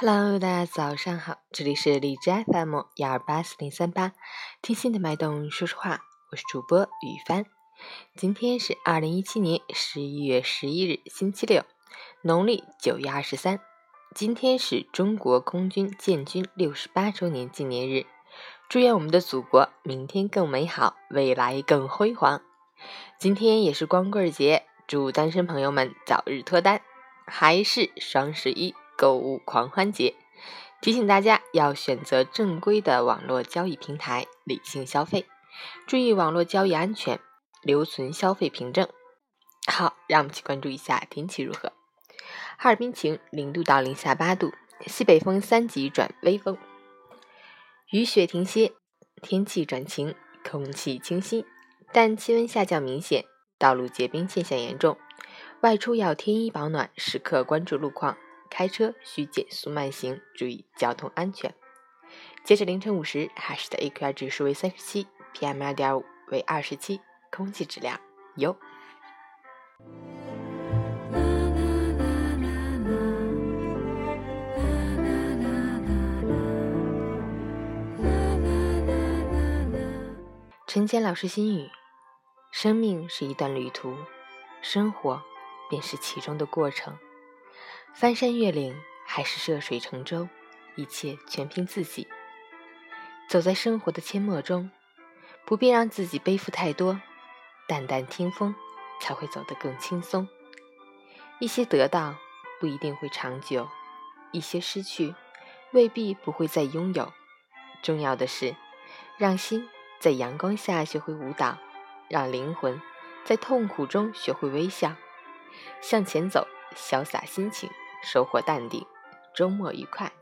Hello， 大家早上好，这里是荔枝 FM1284038，听心的脉动说说话，我是主播雨帆。今天是2017年11月11日，星期六，农历9月23。今天是中国空军建军68周年纪念日，祝愿我们的祖国明天更美好，未来更辉煌。今天也是光棍节，祝单身朋友们早日脱单，还是双11购物狂欢节，提醒大家要选择正规的网络交易平台，理性消费，注意网络交易安全，留存消费凭证。好，让我们一起关注一下天气如何。哈尔滨晴，0度到零下8度，西北风3级转微风，雨雪停歇，天气转晴，空气清新，但气温下降明显，道路结冰现象严重，外出要添衣保暖，时刻关注路况，开车需减速慢行，注意交通安全。截至凌晨5时，哈市的 AQI 指数为37， PM2.5 为27，空气质量优。陈坚老师心语：生命是一段旅途，生活便是其中的过程。翻山越岭还是涉水乘舟，一切全凭自己。走在生活的阡陌中，不必让自己背负太多，淡淡听风才会走得更轻松。一些得到不一定会长久，一些失去未必不会再拥有。重要的是让心在阳光下学会舞蹈，让灵魂在痛苦中学会微笑。向前走，潇洒心情，收获淡定，周末愉快。